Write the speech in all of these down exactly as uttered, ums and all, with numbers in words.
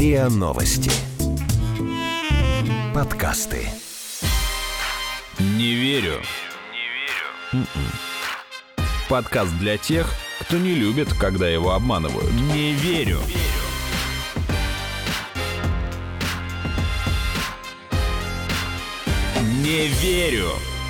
РИА Новости. Подкасты. Не верю. Не верю. Подкаст для тех, кто не любит, когда его обманывают. Не верю. Не верю.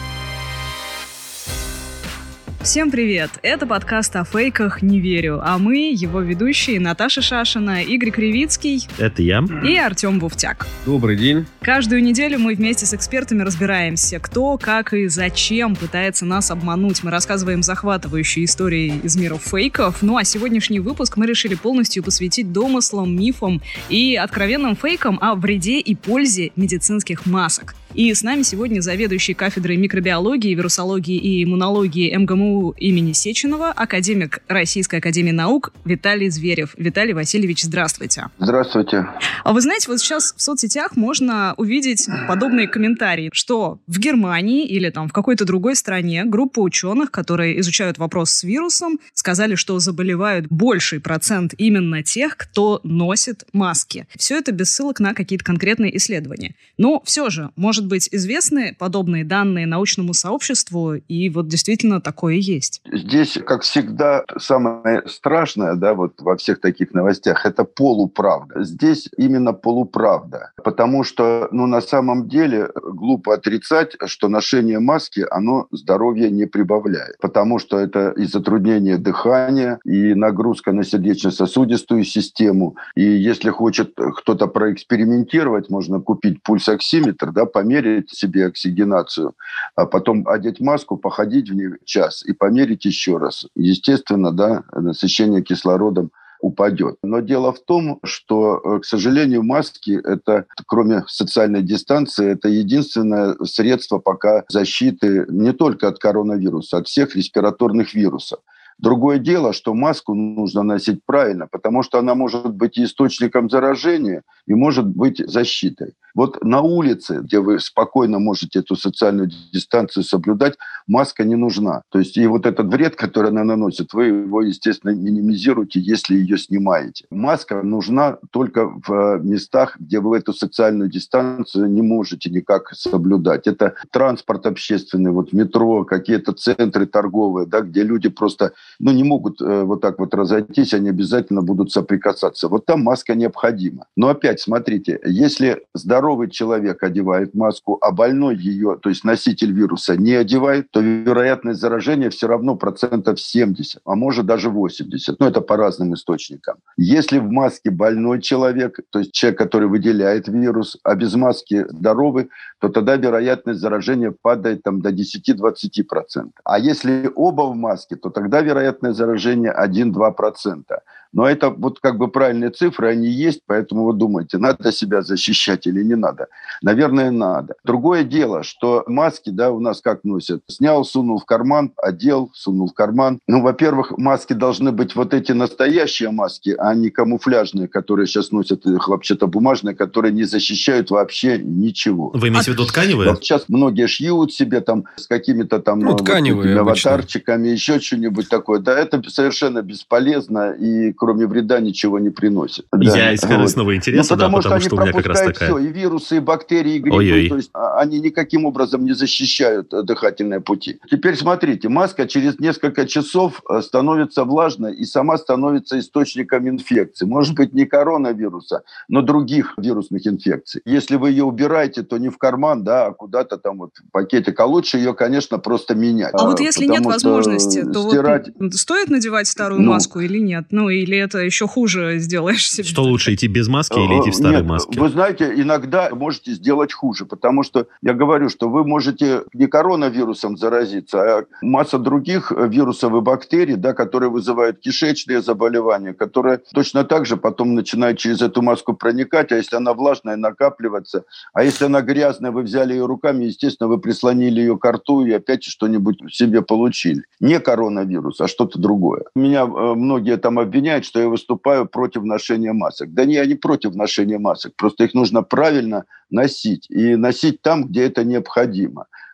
Всем привет! Это подкаст о фейках «Не верю», а мы, его ведущие Наташа Шашина, Игорь Кривицкий. Это я. И Артем Буфтяк. Добрый день. Каждую неделю мы вместе с экспертами разбираемся, кто, как и зачем пытается нас обмануть. Мы рассказываем захватывающие истории из мира фейков. Ну а сегодняшний выпуск мы решили полностью посвятить домыслам, мифам и откровенным фейкам о вреде и пользе медицинских масок. И с нами сегодня заведующий кафедрой микробиологии, вирусологии и иммунологии МГМУ имени Сеченова, академик Российской академии наук Виталий Зверев. Виталий Васильевич, здравствуйте. Здравствуйте. А вы знаете, вот сейчас в соцсетях можно увидеть подобные комментарии, что в Германии или там в какой-то другой стране группа ученых, которые изучают вопрос с вирусом, сказали, что заболевают больший процент именно тех, кто носит маски. Все это без ссылок на какие-то конкретные исследования. Но все же, может быть, известны подобные данные научному сообществу, и вот действительно такое есть. Здесь, как всегда, самое страшное, да, вот во всех таких новостях, это полуправда. Здесь именно полуправда, потому что, ну, на самом деле, глупо отрицать, что ношение маски, оно здоровья не прибавляет, потому что это и затруднение дыхания, и нагрузка на сердечно-сосудистую систему, и если хочет кто-то проэкспериментировать, можно купить пульсоксиметр, да, померить себе оксигенацию, а потом одеть маску, походить в ней час и померить еще раз. Естественно, да, насыщение кислородом упадет. Но дело в том, что, к сожалению, маски, это, кроме социальной дистанции, это единственное средство пока защиты не только от коронавируса, от всех респираторных вирусов. Другое дело, что маску нужно носить правильно, потому что она может быть и источником заражения, и может быть защитой. Вот на улице, где вы спокойно можете эту социальную дистанцию соблюдать, маска не нужна. То есть и вот этот вред, который она наносит, вы его, естественно, минимизируете, если ее снимаете. Маска нужна только в местах, где вы эту социальную дистанцию не можете никак соблюдать. Это транспорт общественный, вот метро, какие-то центры торговые, да, где люди просто ну, не могут э, вот так вот разойтись, они обязательно будут соприкасаться. Вот там маска необходима. Но опять, смотрите, если здоровый человек одевает маску, а больной ее, то есть носитель вируса, не одевает, то вероятность заражения все равно процентов семьдесят, а может даже восемьдесят. Ну, это по разным источникам. Если в маске больной человек, то есть человек, который выделяет вирус, а без маски здоровый, то тогда вероятность заражения падает там, до десять-двадцать процентов. А если оба в маске, то тогда вероятность вероятное заражение один-два процента. Но это вот как бы правильные цифры, они есть, поэтому вы думаете, надо себя защищать или не надо? Наверное, надо. Другое дело, что маски, да, у нас как носят? Снял, сунул в карман, одел, сунул в карман. Ну, во-первых, маски должны быть вот эти настоящие маски, а не камуфляжные, которые сейчас носят, хлопчатобумажные, которые не защищают вообще ничего. Вы имеете в виду тканевые? Вот сейчас многие шьют себе там с какими-то там ну, вот, тканевые аватарчиками, еще что-нибудь такое. Да, это совершенно бесполезно и кроме вреда ничего не приносит. Я да. из корыстного вот. интереса, ну, потому да, что потому что, что у меня как раз такая. Все, и вирусы, и бактерии, и грибы, Ой-ой. то есть они никаким образом не защищают дыхательные пути. Теперь смотрите, маска через несколько часов становится влажной и сама становится источником инфекции. Может быть, не коронавируса, но других вирусных инфекций. Если вы ее убираете, то не в карман, да, а куда-то там вот в пакетик. А лучше ее, конечно, просто менять. А, а вот если нет возможности, то стирать... вот стоит надевать старую ну, маску или нет? Ну, или это еще хуже сделаешь себе? Что лучше, идти без маски или идти в старой Нет, маске? Вы знаете, иногда можете сделать хуже, потому что я говорю, что вы можете не коронавирусом заразиться, а масса других вирусов и бактерий, да, которые вызывают кишечные заболевания, которые точно так же потом начинают через эту маску проникать, а если она влажная, накапливаться, а если она грязная, вы взяли ее руками, естественно, вы прислонили ее к рту и опять что-нибудь себе получили. Не коронавирус, а что-то другое. Меня э, многие там обвиняют, что я выступаю против ношения масок. Да не, я не против ношения масок, просто их нужно правильно носить. И носить там, где это необходимо.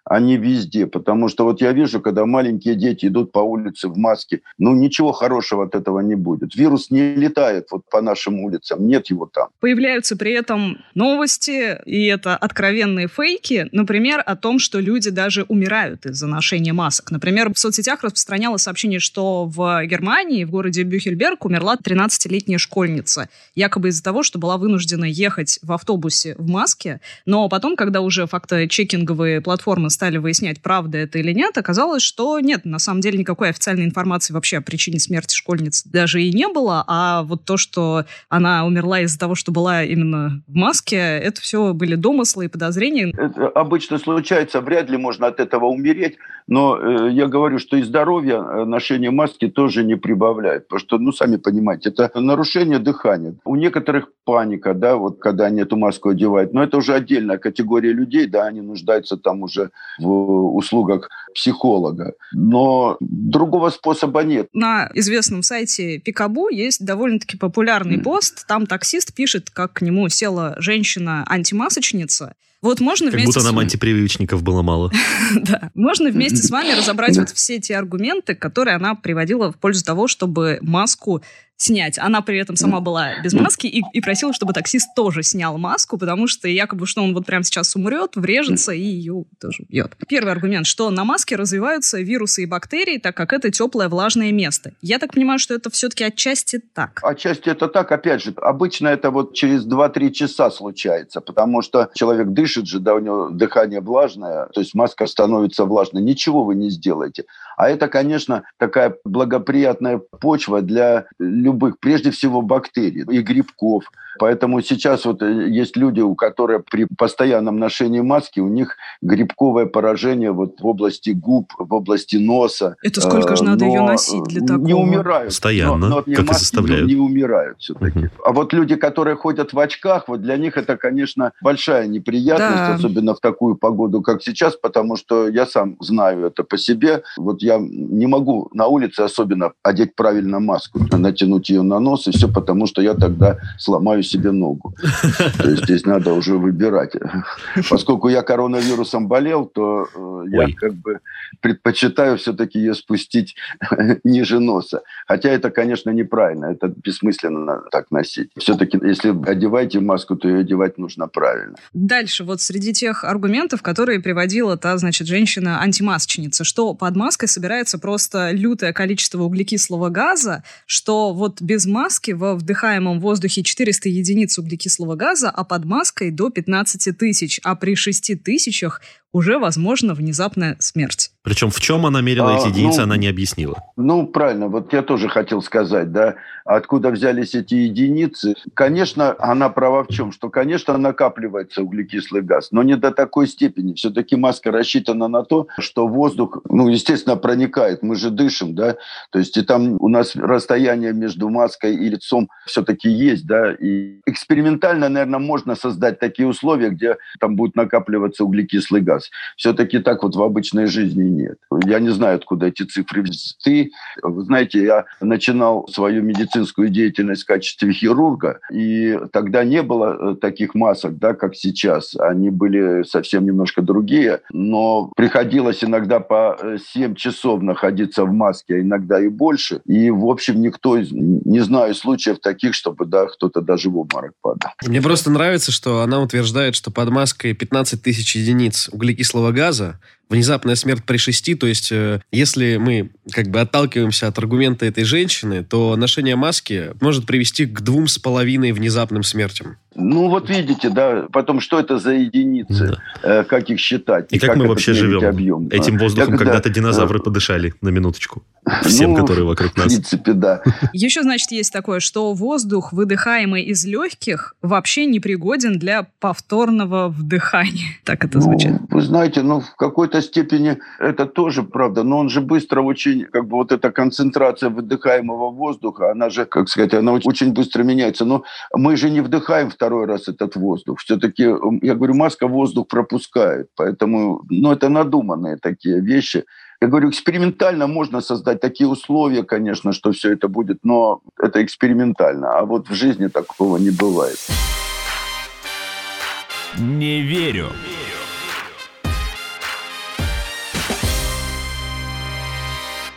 они везде. Потому что вот я вижу, когда маленькие дети идут по улице в маске, ну, ничего хорошего от этого не будет. Вирус не летает вот по нашим улицам, нет его там. Появляются при этом новости, и это откровенные фейки, например, о том, что люди даже умирают из-за ношения масок. Например, в соцсетях распространялось сообщение, что в Германии, в городе Бюхельберг, умерла тринадцатилетняя школьница, якобы из-за того, что была вынуждена ехать в автобусе в маске, но потом, когда уже факточекинговые платформы стали выяснять, правда это или нет, оказалось, что нет, на самом деле никакой официальной информации вообще о причине смерти школьницы даже и не было, а вот то, что она умерла из-за того, что была именно в маске, это все были домыслы и подозрения. Это обычно случается, вряд ли можно от этого умереть, но э, я говорю, что и здоровье ношение маски тоже не прибавляет, потому что, ну, сами понимаете, это нарушение дыхания. У некоторых паника, да, вот когда они эту маску одевают, но это уже отдельная категория людей, да, они нуждаются там уже в услугах психолога, но другого способа нет. На известном сайте Пикабу есть довольно-таки популярный mm. пост, там таксист пишет, как к нему села женщина-антимасочница. Вот можно как вместе будто с... нам антипрививочников было мало. Да. Можно вместе с вами разобрать вот все те аргументы, которые она приводила в пользу того, чтобы маску снять. Она при этом сама была без маски и, и просила, чтобы таксист тоже снял маску, потому что якобы, что он вот прямо сейчас умрет, врежется и ее тоже убьет. Первый аргумент, что на маске развиваются вирусы и бактерии, так как это теплое влажное место. Я так понимаю, что это все-таки отчасти так. Отчасти это так. Опять же, обычно это вот через два-три часа случается, потому что человек дышит же, да, у него дыхание влажное, то есть маска становится влажной. Ничего вы не сделаете. А это, конечно, такая благоприятная почва для любых, прежде всего, бактерий и грибков. Поэтому сейчас вот есть люди, у которых при постоянном ношении маски у них грибковое поражение вот в области губ, в области носа. Это сколько же надо ее носить для такого? Не умирают. Постоянно, но, но как и заставляют. Не, не умирают все-таки. Uh-huh. А вот люди, которые ходят в очках, вот для них это, конечно, большая неприятность, да. Особенно в такую погоду, как сейчас, потому что я сам знаю это по себе. Вот я не могу на улице особенно одеть правильно маску, натянуть ее на нос, и все потому, что я тогда сломаю себе ногу. То есть здесь надо уже выбирать. Поскольку я коронавирусом болел, то э, я как бы предпочитаю все-таки ее спустить ниже носа. Хотя это, конечно, неправильно. Это бессмысленно так носить. Все-таки, если одеваете маску, то ее одевать нужно правильно. Дальше, вот среди тех аргументов, которые приводила та, значит, женщина-антимасочница, что под маской собирается просто лютое количество углекислого газа, что вот без маски во вдыхаемом воздухе четыреста единиц углекислого газа, а под маской до пятнадцать тысяч, а при шести тысячах уже возможна внезапная смерть. Причем в чем она мерила а, эти единицы, ну, она не объяснила. Ну, правильно. Вот я тоже хотел сказать, да, откуда взялись эти единицы. Конечно, она права в чем? Что, конечно, накапливается углекислый газ, но не до такой степени. Все-таки маска рассчитана на то, что воздух, ну, естественно, проникает. Мы же дышим, да. То есть и там у нас расстояние между маской и лицом все-таки есть, да. И экспериментально, наверное, можно создать такие условия, где там будет накапливаться углекислый газ. Все-таки так вот в обычной жизни нет. Я не знаю, откуда эти цифры взяты. Вы знаете, я начинал свою медицинскую деятельность в качестве хирурга, и тогда не было таких масок, да, как сейчас. Они были совсем немножко другие, но приходилось иногда по семь часов находиться в маске, а иногда и больше. И, в общем, никто, не знаю случаев таких, чтобы, да, кто-то даже в обморок падал. Мне просто нравится, что она утверждает, что под маской пятнадцать тысяч единиц углекислого газа, внезапная смерть при шести, то есть э, если мы как бы отталкиваемся от аргумента этой женщины, то ношение маски может привести к двум с половиной внезапным смертям. Ну вот видите, да, потом что это за единицы, да. э, как их считать. И, и как, как мы вообще живем? Объем. Этим воздухом я, когда-то да, динозавры э, подышали на минуточку. Всем, ну, которые вокруг нас. В принципе, да. Еще, значит, есть такое, что воздух, выдыхаемый из легких, вообще не пригоден для повторного вдыхания. Так это звучит. Ну, вы знаете, ну в какой-то степени это тоже правда, но он же быстро очень, как бы вот эта концентрация выдыхаемого воздуха, она же, как сказать, она очень быстро меняется. Но мы же не вдыхаем второй раз этот воздух. Все-таки, я говорю, маска воздух пропускает, поэтому, ну, это надуманные такие вещи. Я говорю, экспериментально можно создать такие условия, конечно, что все это будет, но это экспериментально, а вот в жизни такого не бывает. Не верю.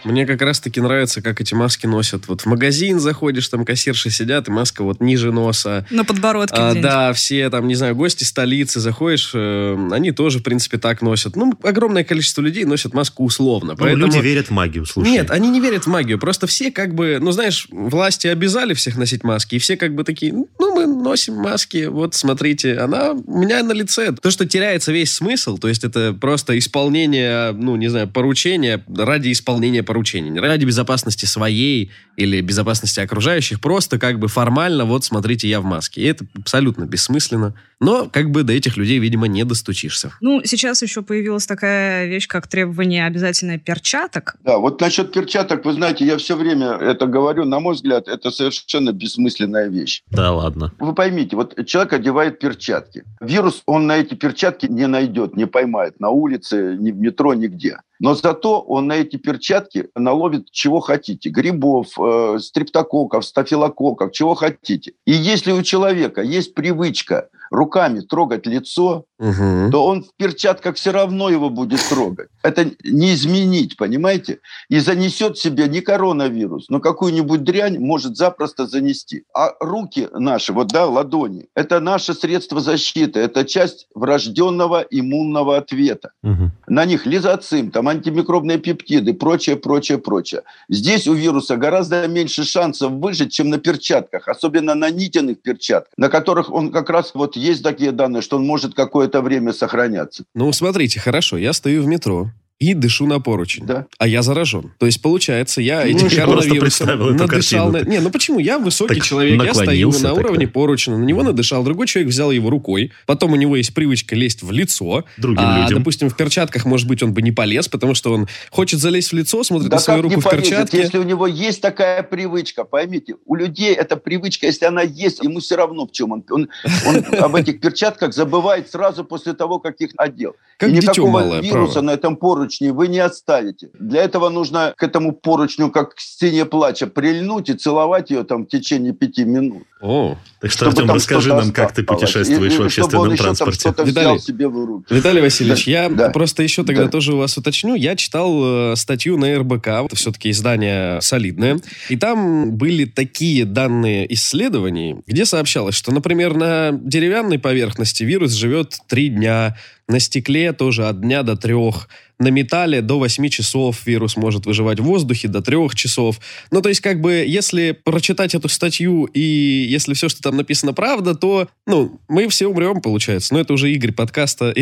Мне как раз-таки нравится, как эти маски носят. Вот в магазин заходишь, там кассирши сидят, и маска вот ниже носа. На подбородке а, где-нибудь. Да, все там, не знаю, гости столицы, заходишь, э, они тоже, в принципе, так носят. Ну, огромное количество людей носят маску условно. Ну, поэтому... люди верят в магию, слушай. Нет, они не верят в магию. Просто все как бы, ну, знаешь, власти обязали всех носить маски, и все как бы такие, ну, мы носим маски, вот, смотрите, она у меня на лице. То, что теряется весь смысл, то есть это просто исполнение, ну, не знаю, поручения ради исполнения поручений. Не ради безопасности своей или безопасности окружающих, просто как бы формально, вот, смотрите, я в маске. И это абсолютно бессмысленно. Но как бы до этих людей, видимо, не достучишься. Ну, сейчас еще появилась такая вещь, как требование обязательно перчаток. Да, вот насчет перчаток, вы знаете, я все время это говорю, на мой взгляд, это совершенно бессмысленная вещь. Да, ладно. Вы поймите, вот человек одевает перчатки. Вирус он на эти перчатки не найдет, не поймает на улице, ни в метро, нигде. Но зато он на эти перчатки наловит чего хотите. Грибов, э, стрептококков, стафилококков, чего хотите. И если у человека есть привычка руками трогать лицо, угу. то он в перчатках все равно его будет трогать. Это не изменить, понимаете? И занесет себе не коронавирус, но какую-нибудь дрянь может запросто занести. А руки наши, вот да, ладони, это наше средство защиты, это часть врожденного иммунного ответа. Угу. На них лизоцим, там антимикробные пептиды, прочее, прочее, прочее. Здесь у вируса гораздо меньше шансов выжить, чем на перчатках, особенно на нитяных перчатках, на которых он как раз вот есть такие данные, что он может какое-то время сохраняться. Ну, смотрите, хорошо, я стою в метро и дышу на поручень. Да. А я заражен. То есть, получается, я этим ну, коронавирусом надышал... На... Не, ну почему? Я высокий так человек, я стою на уровне так, поручня, на него надышал, другой человек взял его рукой, потом у него есть привычка лезть в лицо. Другим а, людям. Допустим, в перчатках, может быть, он бы не полез, потому что он хочет залезть в лицо, смотрит да на свою руку в перчатке. Если у него есть такая привычка, поймите, у людей эта привычка, если она есть, ему все равно в чем. Он, он, он об этих перчатках забывает сразу после того, как их одел. Как и дитё никакого малое, вируса право. На этом поручне вы не оставите. Для этого нужно к этому поручню, как к стене плача, прильнуть и целовать ее там в течение пяти минут. О. Так что, Артем, расскажи нам, как ты путешествуешь и, в общественном транспорте. Виталий, себе в руки. Виталий Васильевич, да, я да, просто еще тогда да. тоже у вас уточню. Я читал э, статью на эр бэ ка, это все-таки издание солидное, и там были такие данные исследований, где сообщалось, что, например, на деревянной поверхности вирус живет три дня, на стекле тоже от дня до трех, на металле до восьми часов вирус может выживать в воздухе, до трех часов. Ну, то есть, как бы, если прочитать эту статью и если все, что там написано, правда, то, ну, мы все умрем, получается. Но это уже Игорь подкаста.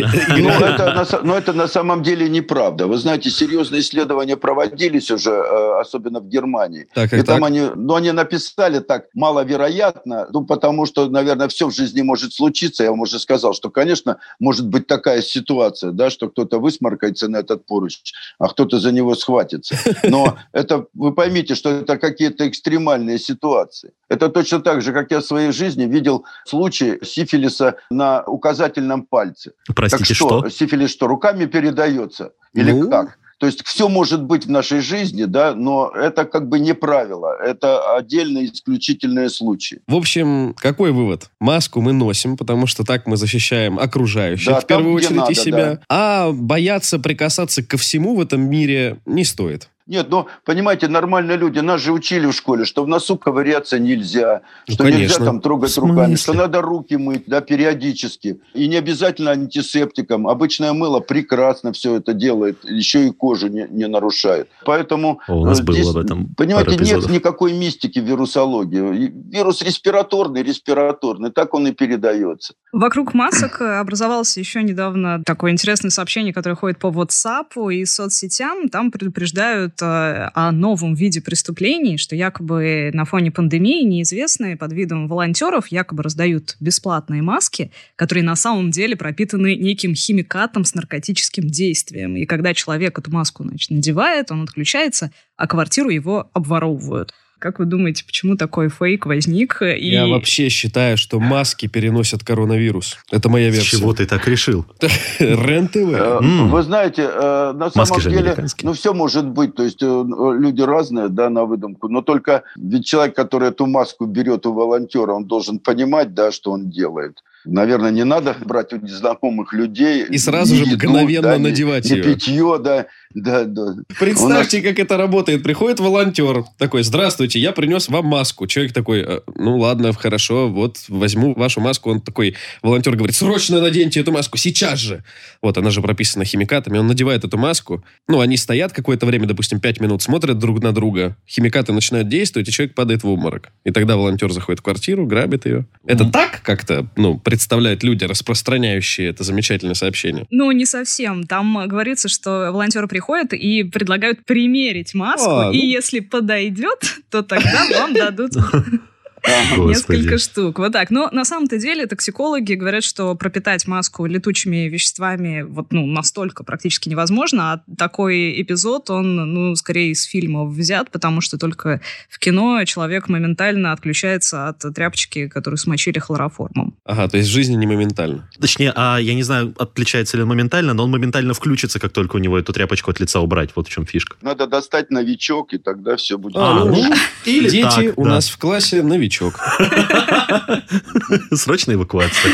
Но это на самом деле неправда. Вы знаете, серьезные исследования проводились уже, особенно в Германии. И там они, ну, они написали так, маловероятно, ну, потому что, наверное, все в жизни может случиться. Я вам уже сказал, что, конечно, может быть такая ситуация, да, что кто-то высморкается на этот поручень, а кто-то за него схватится. Но это, вы поймите, что это какие-то экстремальные ситуации. Это точно так же, как я в своей жизни видел случай сифилиса на указательном пальце. Простите, так что? что? Сифилис что, руками передается? Или ну... как? То есть все может быть в нашей жизни, да, но это как бы не правило. Это отдельные исключительные случаи. В общем, какой вывод? Маску мы носим, потому что так мы защищаем окружающих, да, в первую там, очередь, надо, и себя. Да. А бояться прикасаться ко всему в этом мире не стоит. Нет, ну, понимаете, нормальные люди, нас же учили в школе, что в носу ковыряться нельзя, ну, что конечно. нельзя там трогать руками, что надо руки мыть, да, периодически. И не обязательно антисептиком. Обычное мыло прекрасно все это делает, еще и кожу не, не нарушает. Поэтому О, у нас здесь, было об этом понимаете, нет никакой мистики в вирусологии. Вирус респираторный, респираторный, так он и передается. Вокруг масок образовалось еще недавно такое интересное сообщение, которое ходит по WhatsApp и соцсетям. Там предупреждают о новом виде преступлений, что якобы на фоне пандемии неизвестные под видом волонтеров якобы раздают бесплатные маски, которые на самом деле пропитаны неким химикатом с наркотическим действием. И когда человек эту маску, значит, надевает, он отключается, а квартиру его обворовывают. Как вы думаете, почему такой фейк возник? И... Я вообще считаю, что маски переносят коронавирус. Это моя версия. С чего ты так решил? РЕН-ТВ. Вы знаете, на самом деле, ну, все может быть. То есть люди разные, да, на выдумку. Но только ведь человек, который эту маску берет у волонтера, он должен понимать, да, что он делает. Наверное, не надо брать у незнакомых людей. И сразу же еду, мгновенно да, надевать не, ее. Не питье, да. Да, да. Представьте, нас... как это работает. Приходит волонтер такой: здравствуйте, я принес вам маску. Человек такой: ну ладно, хорошо, вот возьму вашу маску. Он такой, волонтер говорит: срочно наденьте эту маску, сейчас же. Вот, она же прописана химикатами. Он надевает эту маску. Ну, они стоят какое-то время, допустим, пять минут, смотрят друг на друга. Химикаты начинают действовать, и человек падает в обморок. И тогда волонтер заходит в квартиру, грабит ее. Это mm. так как-то, ну, представляют люди, распространяющие это замечательное сообщение? Ну, не совсем. Там говорится, что волонтеры приходят и предлагают примерить маску, а, и ну... если подойдет, то тогда вам дадут... Несколько штук. Вот так. Но на самом-то деле токсикологи говорят, что пропитать маску летучими веществами вот, ну, настолько практически невозможно, а такой эпизод, он, ну, скорее из фильмов взят, потому что только в кино человек моментально отключается от тряпочки, которую смочили хлороформом. Ага, то есть в жизни не моментально. Точнее, а я не знаю, отличается ли он моментально, но он моментально включится, как только у него эту тряпочку от лица убрать. Вот в чем фишка. Надо достать новичок, и тогда все будет... А, ну, или дети так, у да. нас в классе новичок. Срочная эвакуация.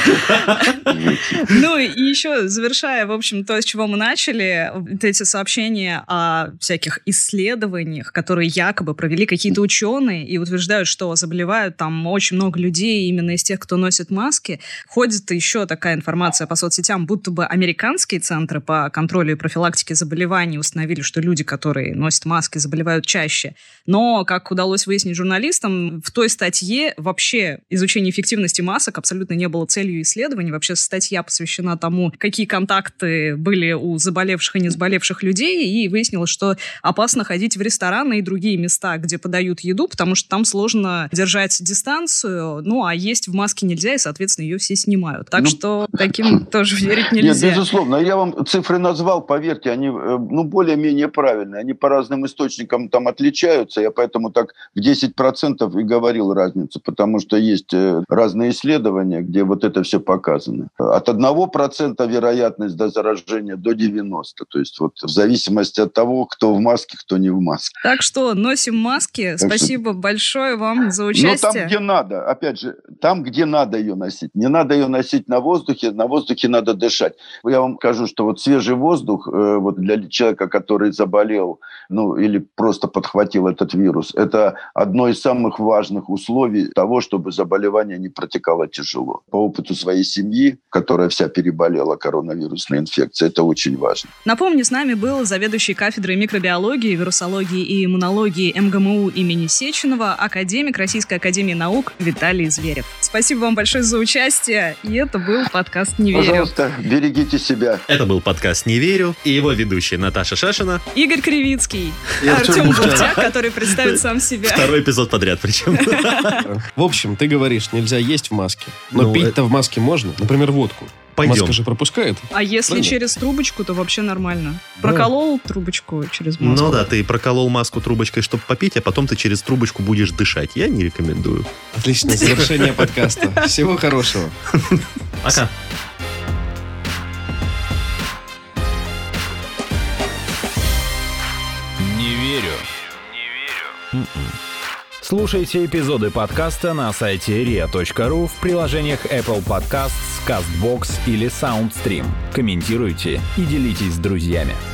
Ну и еще, завершая, в общем, то, с чего мы начали, эти сообщения о всяких исследованиях, которые якобы провели какие-то ученые и утверждают, что заболевают там очень много людей именно из тех, кто носит маски. Ходит еще такая информация по соцсетям, будто бы американские центры по контролю и профилактике заболеваний установили, что люди, которые носят маски, заболевают чаще. Но, как удалось выяснить журналистам, в той статье вообще изучение эффективности масок абсолютно не было целью исследований. Вообще статья посвящена тому, какие контакты были у заболевших и не заболевших людей, и выяснилось, что опасно ходить в рестораны и другие места, где подают еду, потому что там сложно держать дистанцию, ну, а есть в маске нельзя, и, соответственно, ее все снимают. Так ну, что таким тоже верить нельзя. Нет, безусловно. Я вам цифры назвал, поверьте, они, ну, более-менее правильные. Они по разным источникам там отличаются, я поэтому так в десять процентов и говорил разницу. Потому что есть разные исследования, где вот это все показано. От одного процента вероятность до заражения до девяноста процентов. То есть вот в зависимости от того, кто в маске, кто не в маске. Так что носим маски. Так Спасибо что... большое вам за участие. Ну, там, где надо. Опять же, там, где надо ее носить. Не надо ее носить на воздухе. На воздухе надо дышать. Я вам скажу, что вот свежий воздух вот для человека, который заболел, ну, или просто подхватил этот вирус, это одно из самых важных условий того, чтобы заболевание не протекало тяжело. По опыту своей семьи, которая вся переболела коронавирусной инфекцией, это очень важно. Напомню, с нами был заведующий кафедрой микробиологии, вирусологии и иммунологии эм гэ эм у имени Сеченова, академик Российской академии наук Виталий Зверев. Спасибо вам большое за участие, и это был подкаст «Не верю». Пожалуйста, берегите себя. Это был подкаст «Не верю», и его ведущие Наташа Шашина, Игорь Кривицкий, и Артем Буфтяк, который представит сам себя. Второй эпизод подряд причем. В общем, ты говоришь, нельзя есть в маске. Но ну, пить-то это... в маске можно. Например, водку. Пойдем. Маска же пропускает. А если правильно? Через трубочку, то вообще нормально. Проколол да. трубочку через маску. Ну да, ты проколол маску трубочкой, чтобы попить, а потом ты через трубочку будешь дышать. Я не рекомендую. Отличное завершение подкаста. Всего хорошего. Пока. Не верю. Не верю. Слушайте эпизоды подкаста на сайте риа точка ру, в приложениях Apple Podcasts, CastBox или SoundStream. Комментируйте и делитесь с друзьями.